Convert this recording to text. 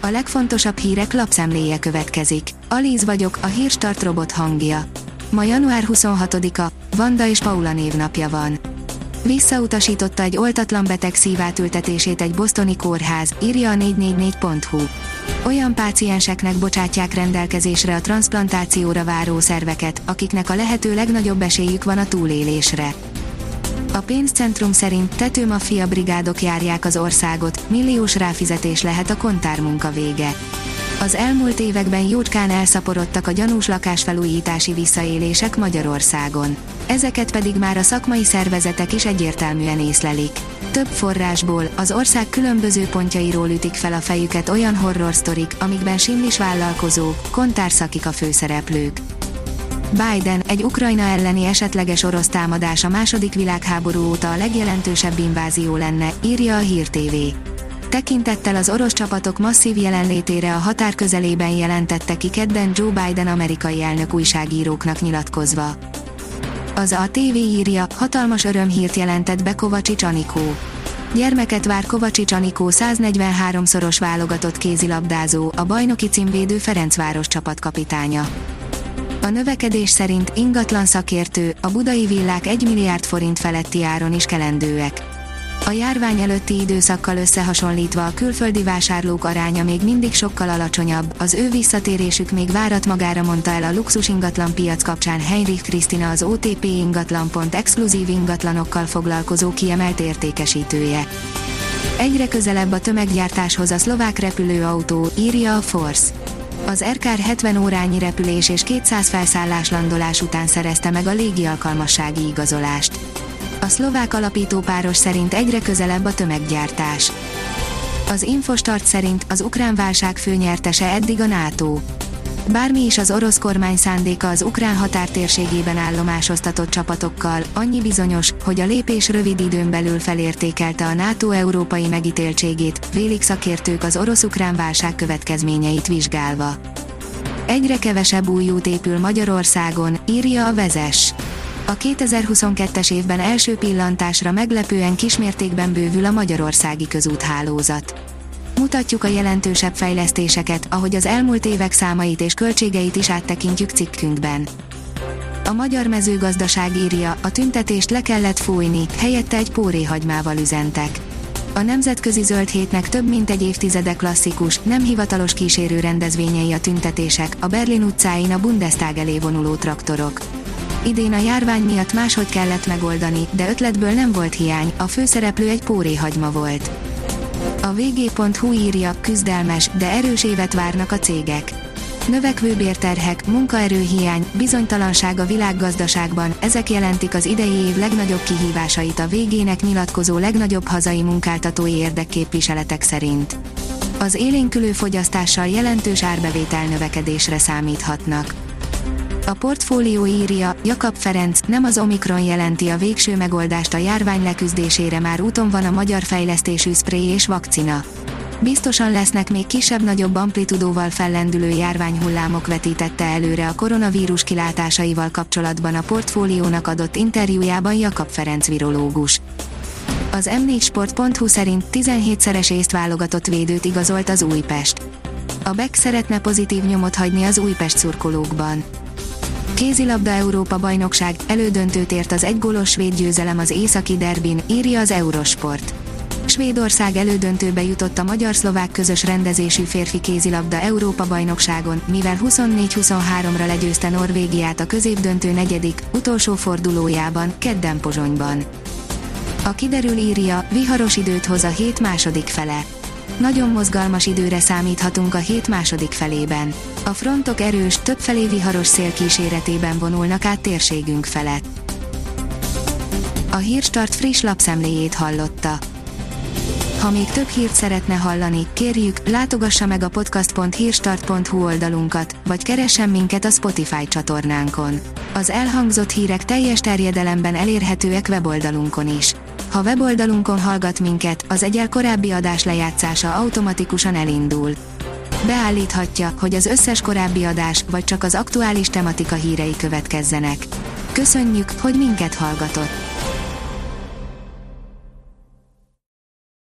A legfontosabb hírek lapszemléje következik. Alíz vagyok, a Hírstart robot hangja. Ma január 26-a, Vanda és Paula névnapja van. Visszautasította egy oltatlan beteg szívátültetését egy bostoni kórház, írja a 444.hu. Olyan pácienseknek bocsátják rendelkezésre a transzplantációra váró szerveket, akiknek a lehető legnagyobb esélyük van a túlélésre. A pénzcentrum szerint tetőmaffia brigádok járják az országot, milliós ráfizetés lehet a kontármunka vége. Az elmúlt években jócskán elszaporodtak a gyanús lakásfelújítási visszaélések Magyarországon. Ezeket pedig már a szakmai szervezetek is egyértelműen észlelik. Több forrásból, az ország különböző pontjairól ütik fel a fejüket olyan horror sztorik, amikben simlis vállalkozók, kontárszakik a főszereplők. Biden, egy Ukrajna elleni esetleges orosz támadás a II. Világháború óta a legjelentősebb invázió lenne, írja a Hír TV. Tekintettel az orosz csapatok masszív jelenlétére a határ közelében jelentette ki kedden Joe Biden amerikai elnök újságíróknak nyilatkozva. Az ATV írja, hatalmas örömhírt jelentett be Kovačić Anikó. Gyermeket vár Kovačić Anikó 143-szoros válogatott kézilabdázó, a bajnoki címvédő Ferencváros csapatkapitánya. A növekedés szerint ingatlan szakértő, a budai villák 1 milliárd forint feletti áron is kelendőek. A járvány előtti időszakkal összehasonlítva a külföldi vásárlók aránya még mindig sokkal alacsonyabb, az ő visszatérésük még várat magára, mondta el a luxus ingatlan piac kapcsán Heinrich Krisztina, az OTP Ingatlan. Exkluzív ingatlanokkal foglalkozó kiemelt értékesítője. Egyre közelebb a tömeggyártáshoz a szlovák repülőautó, írja a Force. Az RKR 70 órányi repülés és 200 felszállás landolás után szerezte meg a légialkalmassági igazolást. A szlovák alapítópáros szerint egyre közelebb a tömeggyártás. Az Infostart szerint az ukrán válság főnyertese eddig a NATO. Bármi is az orosz kormány szándéka az ukrán határtérségében állomásoztatott csapatokkal, annyi bizonyos, hogy a lépés rövid időn belül felértékelte a NATO európai megítéltségét, vélik szakértők az orosz-ukrán válság következményeit vizsgálva. Egyre kevesebb új út épül Magyarországon, írja a Vezes. A 2022-es évben első pillantásra meglepően kismértékben bővül a magyarországi közúthálózat. Mutatjuk a jelentősebb fejlesztéseket, ahogy az elmúlt évek számait és költségeit is áttekintjük cikkünkben. A Magyar Mezőgazdaság írja, a tüntetést le kellett fújni, helyette egy póréhagymával üzentek. A Nemzetközi Zöld Hétnek több mint egy évtizede klasszikus, nem hivatalos kísérő rendezvényei a tüntetések, a Berlin utcáin a Bundestag elé vonuló traktorok. Idén a járvány miatt máshogy kellett megoldani, de ötletből nem volt hiány, a főszereplő egy póréhagyma volt. A vg.hu írja, küzdelmes, de erős évet várnak a cégek. Növekvő bérterhek, munkaerőhiány, bizonytalanság a világgazdaságban, ezek jelentik az idei év legnagyobb kihívásait a VG-nek nyilatkozó legnagyobb hazai munkáltatói érdekképviseletek szerint. Az élénkülő fogyasztással jelentős árbevétel növekedésre számíthatnak. A Portfólió írja, Jakab Ferenc, nem az Omikron jelenti a végső megoldást a járvány leküzdésére, már úton van a magyar fejlesztésű szpré és vakcina. Biztosan lesznek még kisebb-nagyobb amplitudóval fellendülő járványhullámok, vetítette előre a koronavírus kilátásaival kapcsolatban a Portfóliónak adott interjújában Jakab Ferenc virológus. Az m4sport.hu szerint 17-szeres észt válogatott védőt igazolt az Újpest. A Beck szeretne pozitív nyomot hagyni az Újpest szurkolókban. Kézilabda Európa bajnokság, elődöntőt ért az egygólos svéd győzelem az északi derbin, írja az Eurosport. Svédország elődöntőbe jutott a magyar-szlovák közös rendezésű férfi kézilabda Európa bajnokságon, mivel 24-23-ra legyőzte Norvégiát a középdöntő negyedik, utolsó fordulójában, kedden Pozsonyban. A Kiderül írja, viharos időt hoz a hét második fele. Nagyon mozgalmas időre számíthatunk a hét második felében. A frontok erős, többfelé viharos szél kíséretében vonulnak át térségünk felett. A Hírstart friss lapszemléjét hallotta. Ha még több hírt szeretne hallani, kérjük, látogassa meg a podcast.hírstart.hu oldalunkat, vagy keressen minket a Spotify csatornánkon. Az elhangzott hírek teljes terjedelemben elérhetőek weboldalunkon is. Ha weboldalunkon hallgat minket, az egyel korábbi adás lejátszása automatikusan elindul. Beállíthatja, hogy az összes korábbi adás, vagy csak az aktuális tematika hírei következzenek. Köszönjük, hogy minket hallgatott!